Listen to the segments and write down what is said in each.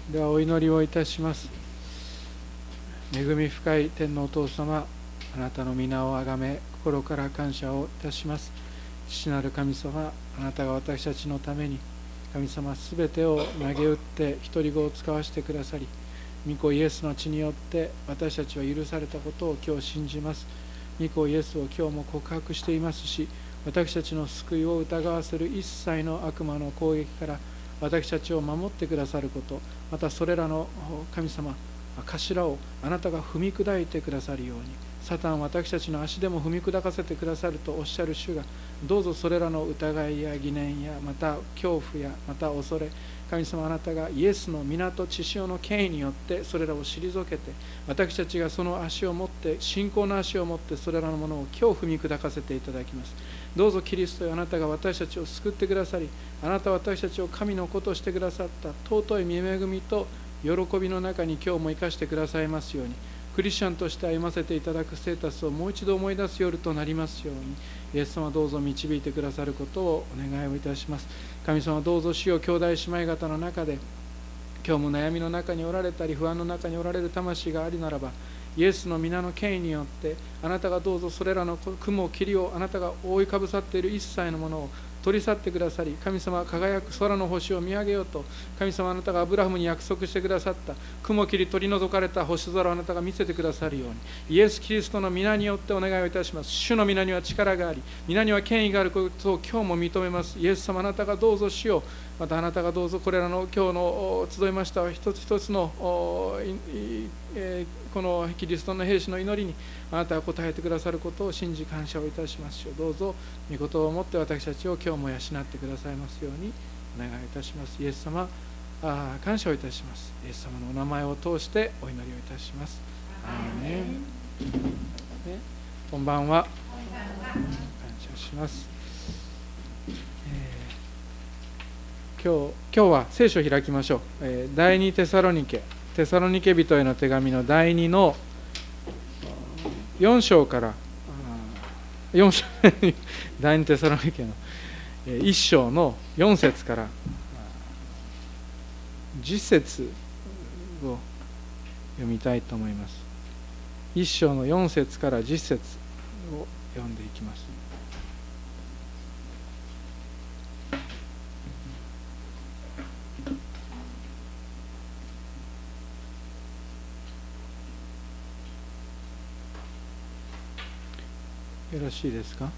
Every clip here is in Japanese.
ではお祈りをいたします。恵み深い天のお父様、あなたの皆をあがめ心から感謝をいたします。父なる神様、あなたが私たちのために神様すべてを投げ打って独り子を使わせてくださり、御子イエスの血によって私たちは許されたことを今日信じます。御子イエスを今日も告白していますし、私たちの救いを疑わせる一切の悪魔の攻撃から私たちを守ってくださること、またそれらの神様頭をあなたが踏み砕いてくださるように、サタンは私たちの足でも踏み砕かせてくださるとおっしゃる主が、どうぞそれらの疑いや疑念やまた恐怖やまた恐れ、神様あなたがイエスの皆と血潮の権威によってそれらを退けて、私たちがその足を持って信仰の足を持ってそれらのものを今日踏み砕かせていただきます。どうぞキリストよ、あなたが私たちを救ってくださり、あなたは私たちを神の子としてくださった尊い御恵みと喜びの中に今日も生かしてくださいますように、クリスチャンとして歩ませていただくステータスをもう一度思い出す夜となりますように、イエス様どうぞ導いてくださることをお願いをいたします。神様どうぞ主よ、兄弟姉妹方の中で今日も悩みの中におられたり不安の中におられる魂がありならば、イエスの皆の権威によってあなたがどうぞそれらの雲霧をあなたが覆いかぶさっている一切のものを取り去ってくださり、神様は輝く空の星を見上げようと神様あなたがアブラハムに約束してくださった雲霧取り除かれた星空をあなたが見せてくださるように、イエス・キリストの皆によってお願いをいたします。主の皆には力があり、皆には権威があることを今日も認めます。イエス様あなたがどうぞ主よ、またあなたがどうぞこれらの今日の集いました一つ一つのこのキリストの兵士の祈りにあなたが応えてくださることを信じ感謝をいたしますし、どうぞ御言葉をもって私たちを今日も養ってくださいますようにお願いいたします。イエス様感謝をいたします。イエス様のお名前を通してお祈りをいたします。アーメン。こんばんは。感謝します。今日は聖書を開きましょう。第2テサロニケ人への手紙の第2の4章から4章第2テサロニケの1章の4節から10節を読みたいと思います。1章の4節から10節を読んでいきます。よろしいですか。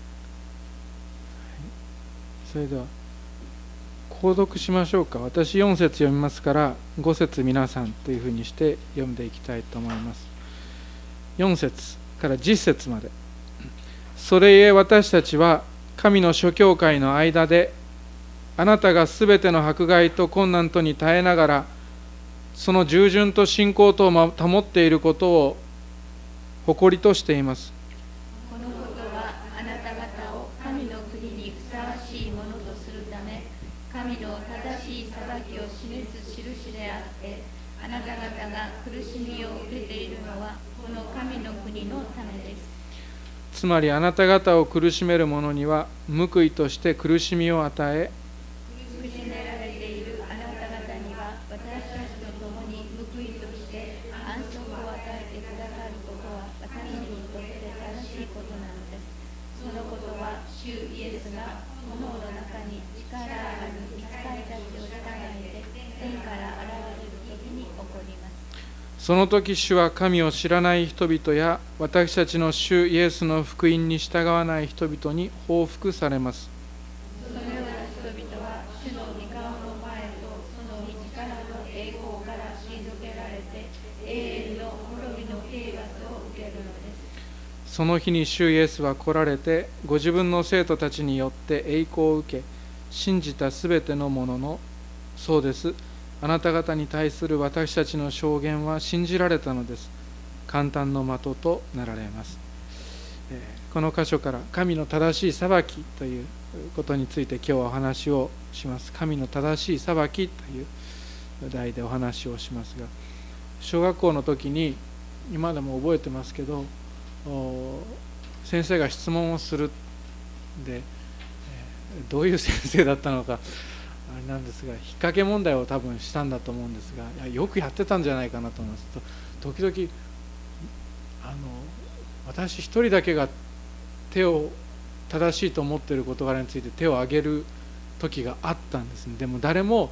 それでは購読しましょうか。私4節読みますから5節皆さんというふうにして読んでいきたいと思います。4節から10節まで。それゆえ私たちは神の諸教会の間であなたがすべての迫害と困難とに耐えながらその従順と信仰とを保っていることを誇りとしています。つまりあなた方を苦しめる者には報いとして苦しみを与え、 苦しめられているあなた方には私たちと共に報いとして安息を与えてくださることは私たちにとって正しいことなのです。そのことは主イエスが炎の中に力ある御使いたちを従えて天から現れる時に起こります。 その時主は神を知らない人々や私たちの主イエスの福音に従わない人々に報復されます。 そのような人々は主の御顔の前とその御力の栄光から退けられて永遠の滅びの刑罰を受けるのです。 その日に主イエスは来られてご自分の生徒たちによって栄光を受け、信じたすべてのもののそうです、あなた方に対する私たちの証言は信じられたのです。簡単の的となられます。この箇所から神の正しい裁きということについて今日はお話をします。神の正しい裁きという題でお話をしますが、小学校の時に今でも覚えてますけど、先生が質問をするで、どういう先生だったのかあれなんですが、引っ掛け問題を多分したんだと思うんですが、いやよくやってたんじゃないかなと思いますと、時々私一人だけが手を正しいと思っている事柄について手を挙げる時があったんですね。でも誰も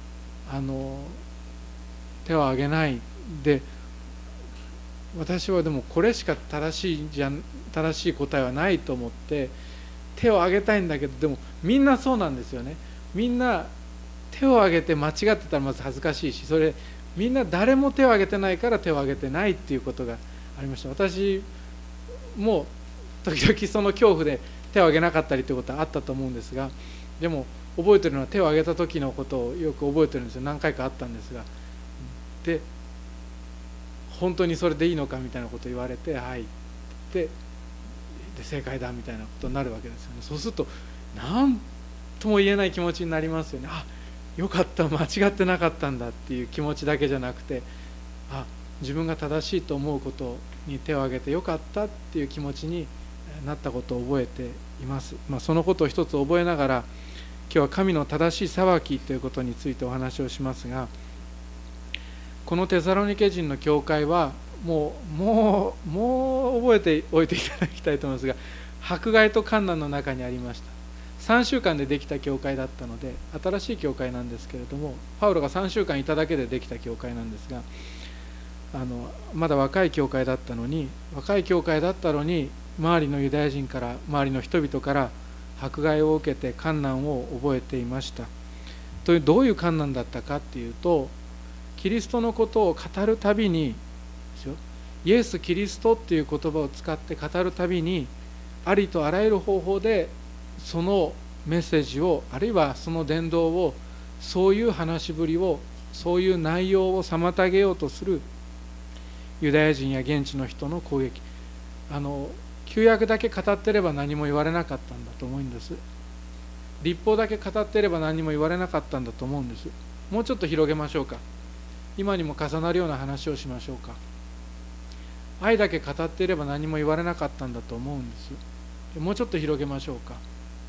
手を挙げないで、私はでもこれしか正しい答えはないと思って手を挙げたいんだけど、でもみんなそうなんですよね。みんな手を挙げて間違ってたらまず恥ずかしいし、それみんな誰も手を挙げてないから手を挙げてないっていうことがありました。私も時々その恐怖で手を挙げなかったりということはあったと思うんですが、でも覚えてるのは手を挙げた時のことをよく覚えてるんですよ。何回かあったんですが、で本当にそれでいいのかみたいなことを言われて、はいってで正解だみたいなことになるわけですよね。そうすると何とも言えない気持ちになりますよね。あ、よかった、間違ってなかったんだっていう気持ちだけじゃなくて、あ、自分が正しいと思うことに手を挙げてよかったっていう気持ちになったことを覚えています。そのことを一つ覚えながら、今日は神の正しい裁きということについてお話をしますが、このテサロニケ人の教会はもう覚えておいていただきたいと思いますが、迫害と患難の中にありました。3週間でできた教会だったので、新しい教会なんですけれども、パウロが3週間いただけでできた教会なんですが、まだ若い教会だったのに、周りのユダヤ人から、周りの人々から迫害を受けて患難を覚えていました。どういう患難だったかっていうと、キリストのことを語るたびにですよ、イエス・キリストっていう言葉を使って語るたびに、ありとあらゆる方法でそのメッセージを、あるいはその伝道を、そういう話しぶりを、そういう内容を妨げようとするユダヤ人や現地の人の攻撃、旧約だけ語ってれば何も言われなかったんだと思うんです。律法だけ語ってれば何も言われなかったんだと思うんです。もうちょっと広げましょうか。今にも重なるような話をしましょうか。愛だけ語っていれば何も言われなかったんだと思うんです。もうちょっと広げましょうか。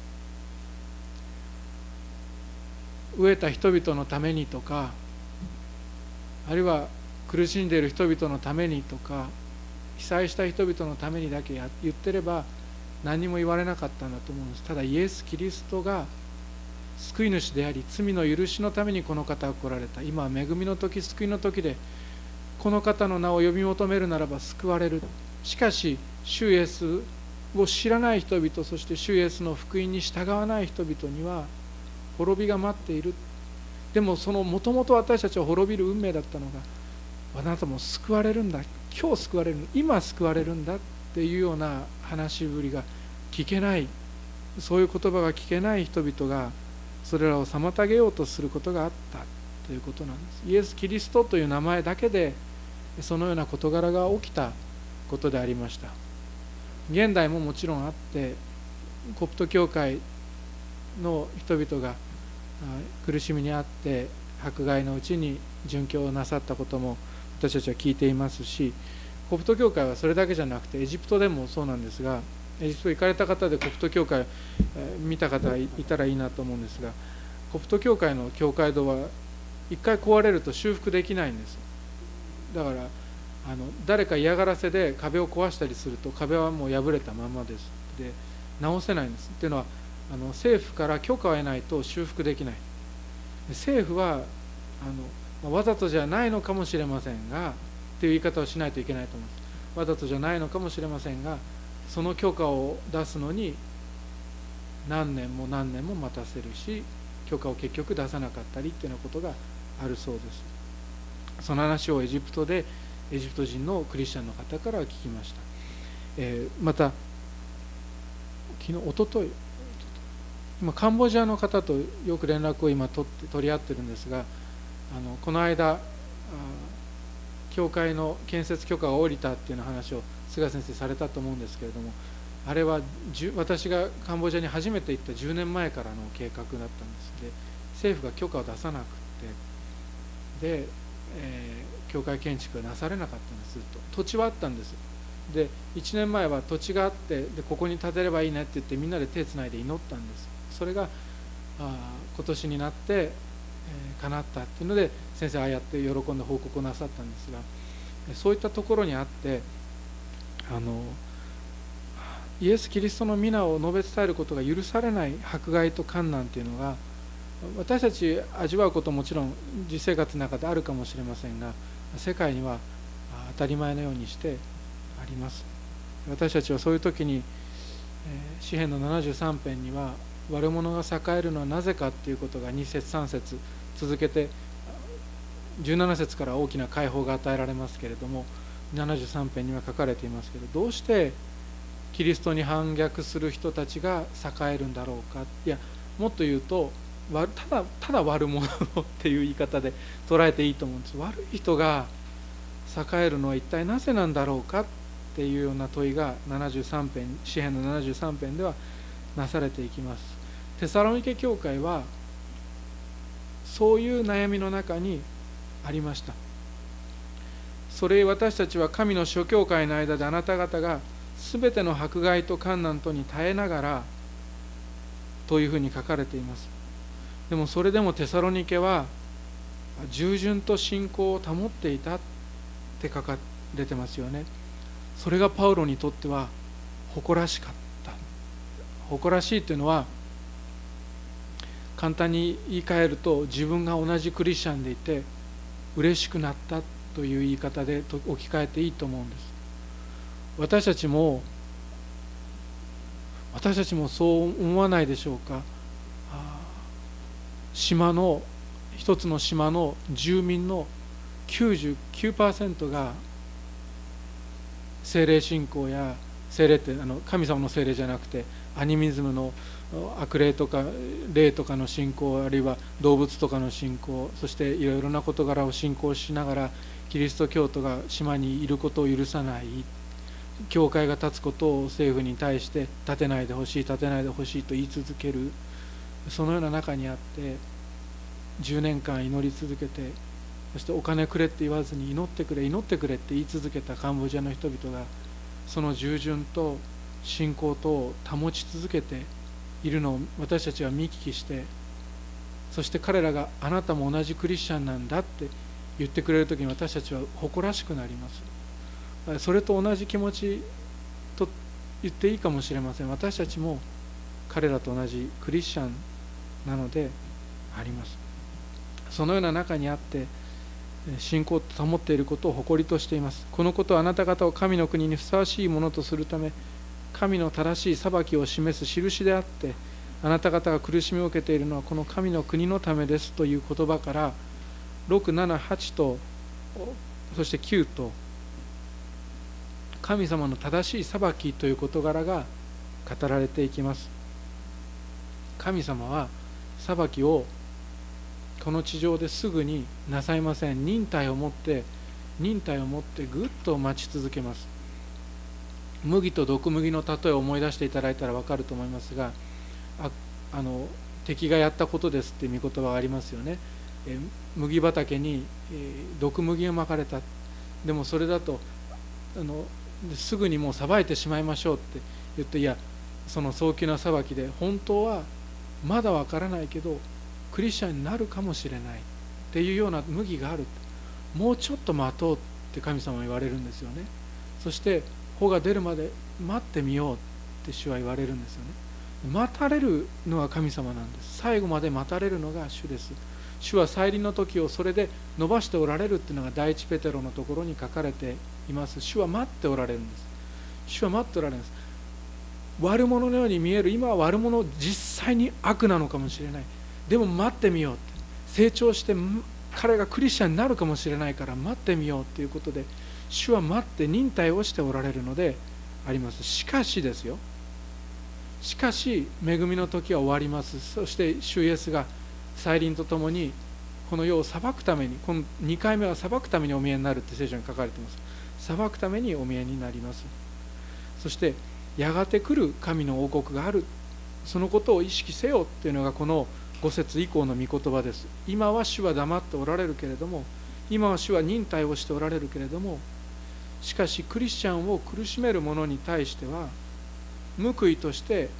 飢えた人々のためにとか、あるいは苦しんでいる人々のためにとか、被災した人々のためにだけ言ってれば何も言われなかったんだと思うんです。ただイエス・キリストが救い主であり、罪の許しのためにこの方が来られた。今は恵みの時、救いの時で、この方の名を呼び求めるならば救われる。しかし主イエスを知らない人々、そして主イエスの福音に従わない人々には滅びが待っている。でもそのもともと私たちは滅びる運命だったのが、あなたも救われるんだ、今日救われる、今救われるんだっていうような話しぶりが聞けない、そういう言葉が聞けない人々がそれらを妨げようとすることがあったということなんです。イエス・キリストという名前だけでそのような事柄が起きたことでありました。現代ももちろんあって、コプト教会の人々が苦しみにあって迫害のうちに殉教をなさったことも私たちは聞いていますし、コプト教会はそれだけじゃなくてエジプトでもそうなんですが、エジプト行かれた方でコプト教会見た方いたらいいなと思うんですが、コプト教会の教会堂は一回壊れると修復できないんです。だから誰か嫌がらせで壁を壊したりすると壁はもう破れたままです。で直せないんです。っていうのは政府から許可を得ないと修復できない。政府はわざとじゃないのかもしれませんがっていう言い方をしないといけないと思います。わざとじゃないのかもしれませんが、その許可を出すのに何年も何年も待たせるし、許可を結局出さなかったりっていうようなことがあるそうです。その話をエジプト人のクリスチャンの方から聞きました。また一昨日今カンボジアの方とよく連絡を今取り合ってるんですが、この間教会の建設許可が下りたっていうような話を菅先生されたと思うんですけれども、あれは私がカンボジアに初めて行った10年前からの計画だったんです。で政府が許可を出さなくて、で、教会建築がなされなかったんです。土地はあったんです。で1年前は土地があって、でここに建てればいいねって言ってみんなで手つないで祈ったんです。それが今年になって叶ったっていうので、先生ああやって喜んで報告をなさったんですが、そういったところにあってイエス・キリストの皆を述べ伝えることが許されない迫害と患難というのが、私たち味わうことももちろん実生活の中であるかもしれませんが、世界には当たり前のようにしてあります。私たちはそういう時に詩編の73編には、悪者が栄えるのはなぜかということが2節3節続けて、17節から大きな解放が与えられますけれども、73編には書かれていますけど、どうしてキリストに反逆する人たちが栄えるんだろうか。いや、もっと言うとただ悪者っていう言い方で捉えていいと思うんです。悪い人が栄えるのは一体なぜなんだろうかっていうような問いが73編、詩編の73編ではなされていきます。テサロニケ教会はそういう悩みの中にありました。それ私たちは神の諸教会の間であなた方がすべての迫害と患難とに耐えながらというふうに書かれています。でもそれでもテサロニケは従順と信仰を保っていたって書かれてますよね。それがパウロにとっては誇らしかった。誇らしいというのは、簡単に言い換えると、自分が同じクリスチャンでいて嬉しくなったという言い方で置き換えていいと思うんです。私たちもそう思わないでしょうか。一つの島の住民の 99% が聖霊信仰や、聖霊って神様の聖霊じゃなくてアニミズムの悪霊とか霊とかの信仰、あるいは動物とかの信仰、そしていろいろな事柄を信仰しながらキリスト教徒が島にいることを許さない、教会が建つことを政府に対して建てないでほしいと言い続ける、そのような中にあって10年間祈り続けて、そしてお金くれって言わずに祈ってくれって言い続けたカンボジアの人々が、その従順と信仰とを保ち続けているのを私たちは見聞きして、そして彼らがあなたも同じクリスチャンなんだって言ってくれる時に、私たちは誇らしくなります。それと同じ気持ちと言っていいかもしれません。私たちも彼らと同じクリスチャンなのであります。そのような中にあって信仰を保っていることを誇りとしています。このことはあなた方を神の国にふさわしいものとするため、神の正しい裁きを示す印であって、あなた方が苦しみを受けているのはこの神の国のためですという言葉から、6、7、8とそして9と、神様の正しい裁きという事柄が語られていきます。神様は裁きをこの地上ですぐになさいません。忍耐を持ってぐっと待ち続けます。麦と毒麦の例えを思い出していただいたら分かると思いますが、敵がやったことですっていう御言葉がありますよね。麦畑に毒麦がまかれた。でもそれだとすぐにもう裁いてしまいましょうって言って、いや、その早急な裁きで本当はまだ分からないけどクリスチャンになるかもしれないっていうような麦がある。もうちょっと待とうって神様は言われるんですよね。そして穂が出るまで待ってみようって主は言われるんですよね。待たれるのは神様なんです。最後まで待たれるのが主です。主は再臨の時をそれで伸ばしておられるっていうのが第一ペテロのところに書かれています。主は待っておられるんです。主は待っておられるんです。悪者のように見える、今は悪者、実際に悪なのかもしれない。でも待ってみようって、成長して彼がクリスチャンになるかもしれないから待ってみようということで、主は待って忍耐をしておられるのであります。しかしですよ、しかし恵みの時は終わります。そして主イエスが再臨とともにこの世を裁くために、この2回目は裁くためにお見えになるって聖書に書かれています。裁くためにお見えになります。そしてやがて来る神の王国がある、そのことを意識せよというのがこの5節以降の御言葉です。今は主は黙っておられるけれども、今は主は忍耐をしておられるけれども、しかしクリスチャンを苦しめる者に対しては報いとして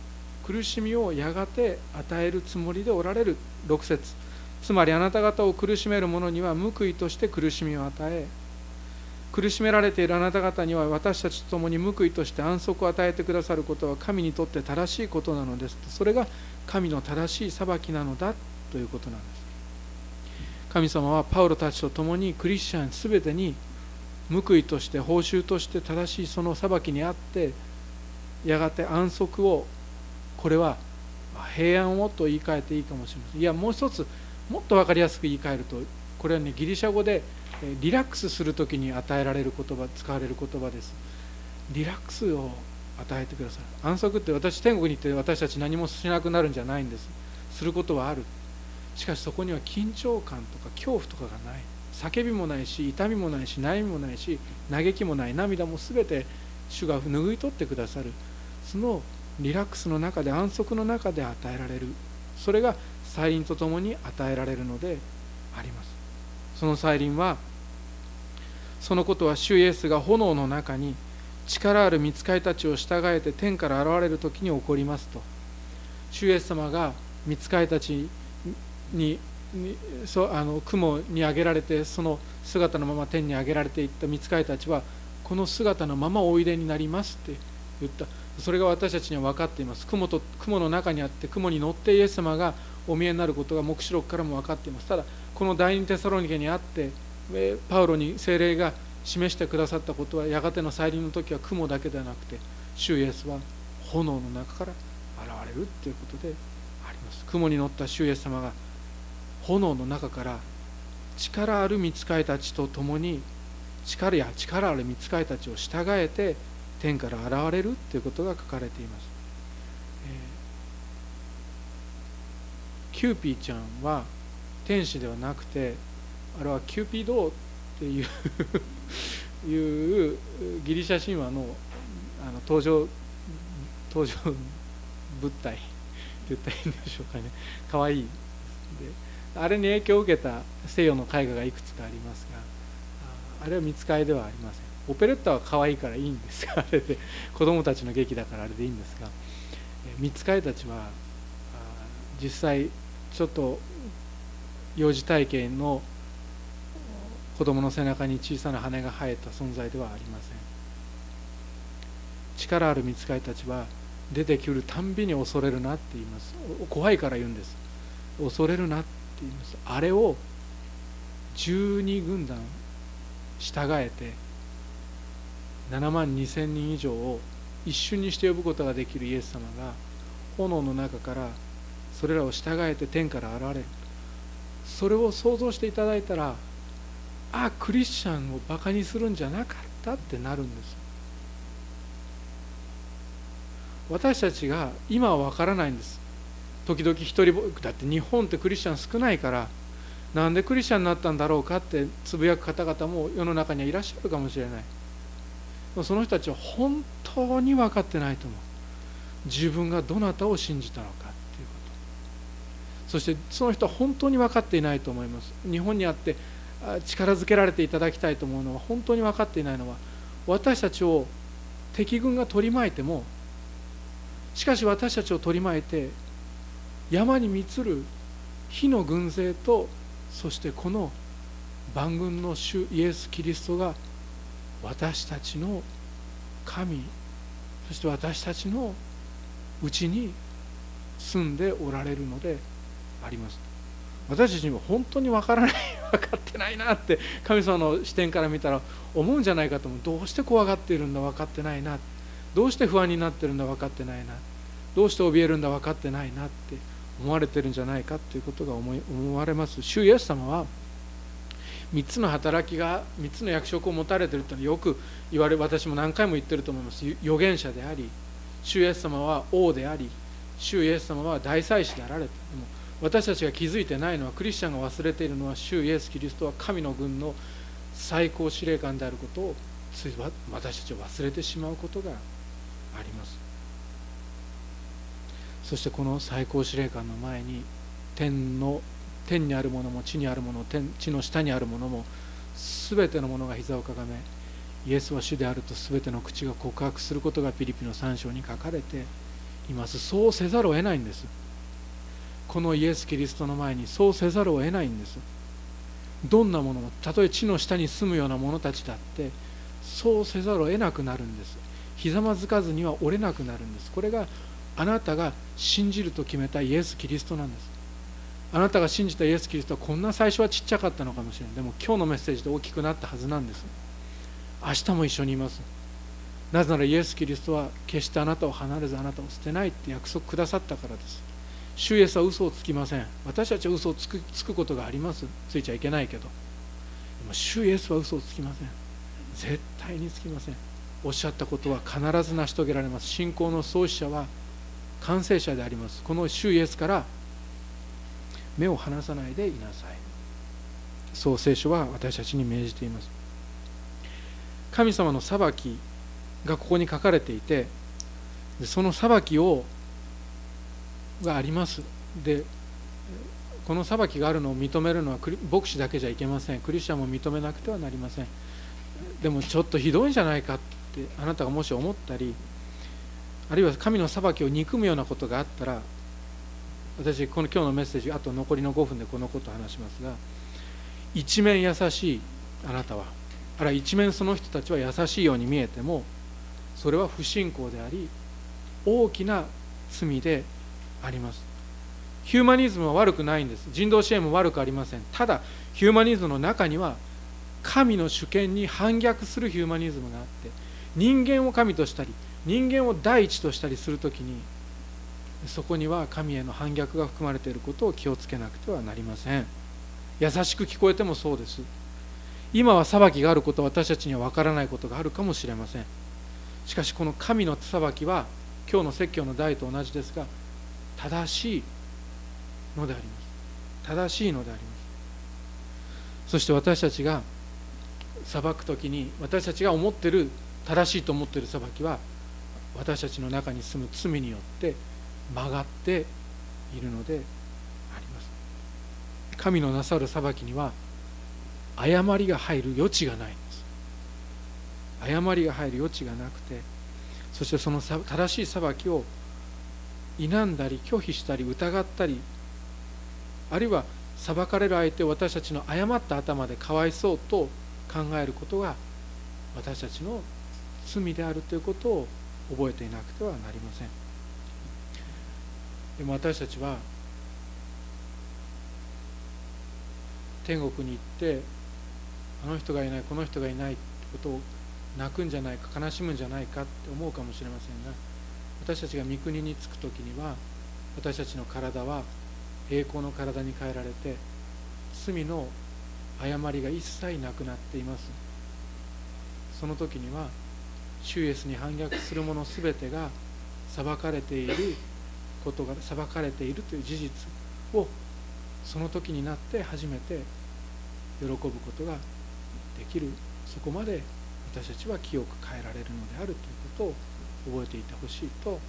苦しみをやがて与えるつもりでおられる。6節、つまりあなた方を苦しめる者には報いとして苦しみを与え、苦しめられているあなた方には私たちと共に報いとして安息を与えてくださることは神にとって正しいことなのです。それが神の正しい裁きなのだということなんです。神様はパウロたちと共にクリスチャンすべてに報いとして報酬として正しいその裁きにあって、やがて安息を、これは平安をと言い換えていいかもしれません。いや、もう一つもっと分かりやすく言い換えると、これはね、ギリシャ語でリラックスするときに与えられる言葉、使われる言葉です。リラックスを与えてくださる。安息って、私天国に行って私たち何もしなくなるんじゃないんです。することはある。しかしそこには緊張感とか恐怖とかがない。叫びもないし、痛みもないし、悩みもないし、嘆きもない、涙もすべて主が拭い取ってくださる。そのリラックスの中で、安息の中で与えられる、それが再臨とともに与えられるのであります。その再臨は、そのことは主イエスが炎の中に力ある御使いたちを従えて天から現れる時に起こりますと。主イエス様が御使いたちに雲に上げられて、その姿のまま天に上げられていった御使いたちは、この姿のままおいでになりますって言った。それが私たちには分かっています。雲の中にあって、雲に乗ってイエス様がお見えになることが黙示録からも分かっています。ただこの第二テサロニケにあって、パウロに聖霊が示してくださったことは、やがての再臨の時は雲だけではなくて、主イエスは炎の中から現れるということであります。雲に乗った主イエス様が炎の中から力ある御使いたちと共に、力ある御使いたちを従えて天から現れるということが書かれています。キューピーちゃんは天使ではなくて、あれはキューピードっていういうギリシャ神話の登場物体って言ったらいいんでしょうかね。かわいいで、あれに影響を受けた西洋の絵画がいくつかありますが、あれは見つかりではありません。オペレッタは可愛いからいいんですが、あれで子供たちの劇だからあれでいいんですが、見つかりたちは実際ちょっと幼児体型の子供の背中に小さな羽が生えた存在ではありません。力ある見つかりたちは出てくるたんびに恐れるなって言います。怖いから言うんです。恐れるなって言います。あれを12軍団従えて7万2000人以上を一瞬にして呼ぶことができるイエス様が炎の中からそれらを従えて天から現れる。それを想像していただいたら、クリスチャンをバカにするんじゃなかったってなるんです。私たちが今は分からないんです。時々一人だって日本ってクリスチャン少ないから、なんでクリスチャンになったんだろうかってつぶやく方々も世の中にはいらっしゃるかもしれない。その人たちは本当に分かってないと思う。自分がどなたを信じたのかっていうこと。そしてその人は本当に分かっていないと思います。日本にあって力づけられていただきたいと思うのは、本当に分かっていないのは、私たちを敵軍が取り巻いても、しかし私たちを取り巻いて山に満つる火の軍勢と、そしてこの万軍の主イエス・キリストが私たちの神、そして私たちのうちに住んでおられるのであります。私たちには本当に分からない、分かってないなって神様の視点から見たら思うんじゃないかと思う。どうして怖がっているんだ、分かってないな。どうして不安になってるんだ、分かってないな。どうして怯えるんだ、分かってないなって思われてるんじゃないかということが思われます。主イエス様は3つの働きが、3つの役職を持たれているというのはよく言われ、私も何回も言ってると思います。預言者であり、主イエス様は王であり、主イエス様は大祭司であられた。でも私たちが気づいてないのは、クリスチャンが忘れているのは、主イエス・キリストは神の軍の最高司令官であることをつい私たちは忘れてしまうことがあります。そしてこの最高司令官の前に、天にあるものも地にあるもの、地の下にあるものも全てのものが膝をかがめ、イエスは主であると全ての口が告白することがピリピの3章に書かれています。そうせざるを得ないんです。このイエス・キリストの前にそうせざるを得ないんです。どんなものも、たとえ地の下に住むような者たちだってそうせざるを得なくなるんです。ひざまずかずには折れなくなるんです。これがあなたが信じると決めたイエス・キリストなんです。あなたが信じたイエス・キリストはこんな最初はちっちゃかったのかもしれない。でも今日のメッセージで大きくなったはずなんです。明日も一緒にいます。なぜならイエス・キリストは決してあなたを離れずあなたを捨てないって約束くださったからです。主イエスは嘘をつきません。私たちは嘘をつくことがあります。ついちゃいけないけど、でも主イエスは嘘をつきません。絶対につきません。おっしゃったことは必ず成し遂げられます。信仰の創始者は完成者であります。この主イエスから目を離さないでいなさい。そう聖書は私たちに命じています。神様の裁きがここに書かれていて、その裁きがあります。でこの裁きがあるのを認めるのは牧師だけじゃいけません。クリスチャンも認めなくてはなりません。でもちょっとひどいんじゃないかってあなたがもし思ったり、あるいは神の裁きを憎むようなことがあったら、私今日のメッセージあと残りの5分でこのことを話しますが、一面優しいあなたは、あるいは一面その人たちは優しいように見えても、それは不信仰であり大きな罪であります。ヒューマニズムは悪くないんです。人道支援も悪くありません。ただヒューマニズムの中には神の主権に反逆するヒューマニズムがあって、人間を神としたり人間を第一としたりするときに、そこには神への反逆が含まれていることを気をつけなくてはなりません。優しく聞こえてもそうです。今は裁きがあることは私たちには分からないことがあるかもしれません。しかしこの神の裁きは今日の説教の題と同じですが、正しいのであります。正しいのであります。そして私たちが裁くときに、私たちが思っている正しいと思っている裁きは、私たちの中に住む罪によって曲がっているのであります。神のなさる裁きには誤りが入る余地がないんです。誤りが入る余地がなくて、そしてその正しい裁きを否んだり拒否したり疑ったり、あるいは裁かれる相手を私たちの誤った頭でかわいそうと考えることが私たちの罪であるということを覚えていなくてはなりません。でも私たちは天国に行ってあの人がいないこの人がいないってことを泣くんじゃないか悲しむんじゃないかって思うかもしれませんが、私たちが御国に着くときには私たちの体は栄光の体に変えられて、罪の誤りが一切なくなっています。その時には主イエスに反逆するものすべてが裁かれていることが、裁かれているという事実をその時になって初めて喜ぶことができる。そこまで私たちは清く変えられるのであるということを覚えていてほしいと思います。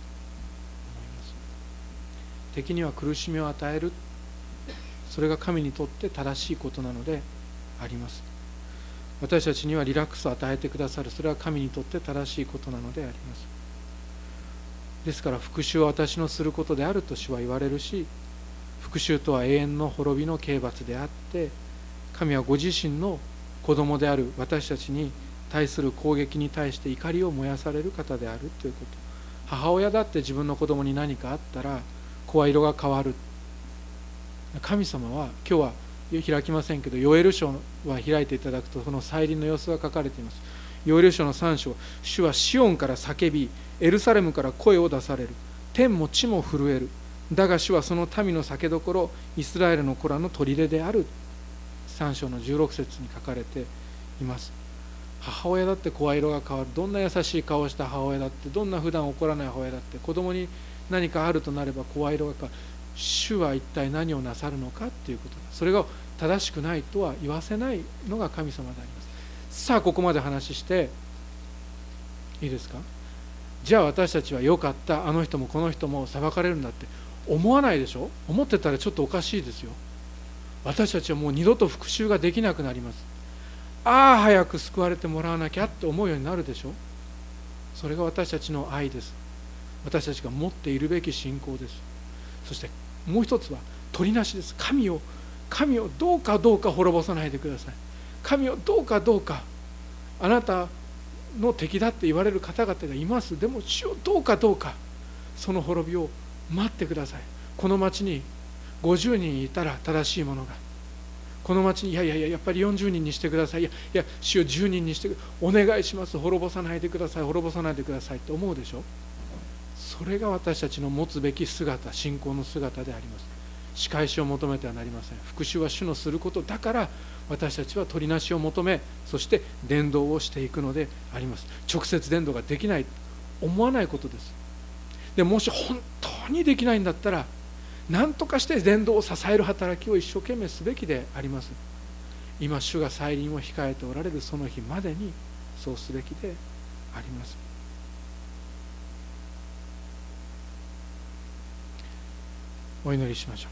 敵には苦しみを与える、それが神にとって正しいことなのであります。私たちにはリラックスを与えてくださる、それは神にとって正しいことなのであります。ですから復讐は私のすることであると主は言われるし、復讐とは永遠の滅びの刑罰であって、神はご自身の子供である私たちに対する攻撃に対して怒りを燃やされる方であるということ。母親だって自分の子供に何かあったら声色が変わる。神様は今日は開きませんけど、ヨエル書は開いていただくとその再臨の様子が書かれています。ヨエル書の3章、主はシオンから叫びエルサレムから声を出される。天も地も震える。だが主はその民の酒どころ、イスラエルの子らの砦である。3章の16節に書かれています。母親だって声色が変わる。どんな優しい顔をした母親だって、どんな普段怒らない母親だって、子供に何かあるとなれば声色が変わる。主は一体何をなさるのかということだ。それが正しくないとは言わせないのが神様であります。さあここまで話していいですか。じゃあ私たちはよかった、あの人もこの人も裁かれるんだって思わないでしょ。思ってたらちょっとおかしいですよ。私たちはもう二度と復讐ができなくなります。ああ早く救われてもらわなきゃって思うようになるでしょ。それが私たちの愛です。 私たちが持っているべき信仰です。そしてもう一つは取りなしです。神をどうか滅ぼさないでください。神をどうかあなたの敵だって言われる方々がいます。でも主をどうかその滅びを待ってください。この町に50人いたら正しいものが、この町にやっぱり40人にしてください、主を10人にしてお願いします、滅ぼさないでくださいって思うでしょ。それが私たちの持つべき姿、信仰の姿であります。仕返しを求めてはなりません。復讐は主のすることだから、私たちは取りなしを求め、そして伝道をしていくのであります。直接伝道ができない思わないことです。でもし本当にできないんだったら、何とかして伝道を支える働きを一生懸命すべきであります。今主が再臨を控えておられるその日までにそうすべきであります。お祈りしましょう。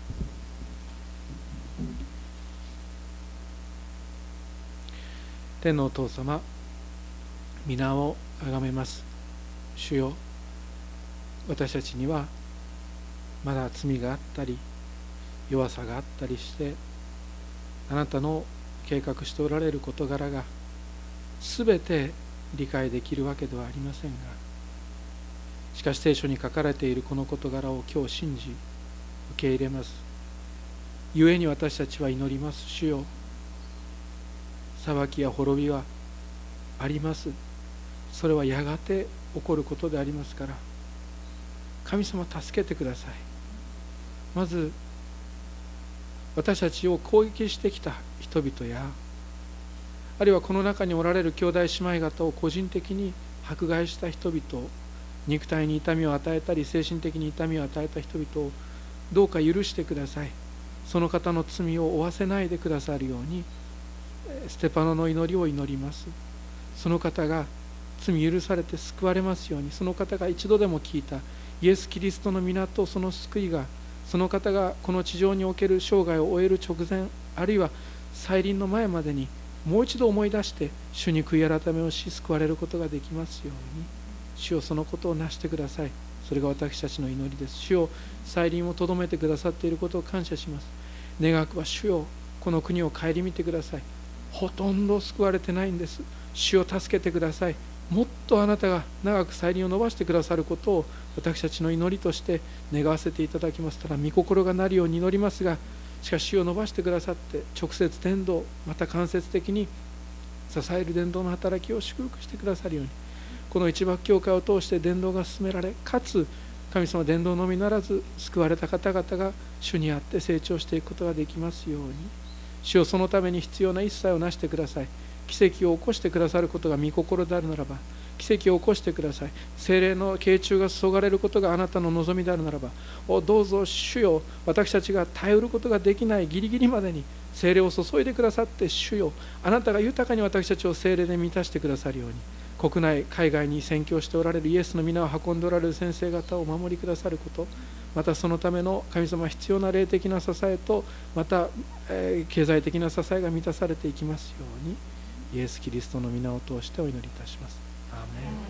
天のお父様、皆をあがめます。主よ、私たちにはまだ罪があったり弱さがあったりして、あなたの計画しておられる事柄が全て理解できるわけではありませんが、しかし聖書に書かれているこの事柄を今日信じ受け入れます。故に私たちは祈ります。主よ、裁きや滅びはあります。それはやがて起こることでありますから、神様助けてください。まず私たちを攻撃してきた人々や、あるいはこの中におられる兄弟姉妹方を個人的に迫害した人々、肉体に痛みを与えたり精神的に痛みを与えた人々をどうか許してください。その方の罪を負わせないでくださるように、ステパノの祈りを祈ります。その方が罪許されて救われますように、その方が一度でも聞いたイエス・キリストの皆とその救いが、その方がこの地上における生涯を終える直前、あるいは再臨の前までにもう一度思い出して主に悔い改めをし救われることができますように、主よ、そのことをなしてください。それが私たちの祈りです。主よ、再臨をとどめてくださっていることを感謝します。願わくは主よ、この国を顧みてください。ほとんど救われてないんです。主を助けてください。もっとあなたが長く再臨を伸ばしてくださることを私たちの祈りとして願わせていただきます。ただ御心がなるように祈りますが、しかし主を伸ばしてくださって直接伝道、また間接的に支える伝道の働きを祝福してくださるように、この一幕教会を通して伝道が進められ、かつ神様伝道のみならず救われた方々が主にあって成長していくことができますように、主よ、そのために必要な一切をなしてください。奇跡を起こしてくださることが御心であるならば奇跡を起こしてください。聖霊の啓示が注がれることがあなたの望みであるならば、どうぞ主よ、私たちが頼ることができないギリギリまでに聖霊を注いでくださって、主よ、あなたが豊かに私たちを聖霊で満たしてくださるように、国内海外に宣教しておられるイエスの皆を運んでおられる先生方をお守りくださること、またそのための神様必要な霊的な支えと、また、経済的な支えが満たされていきますように、イエス・キリストの皆を通してお祈りいたします。アーメン。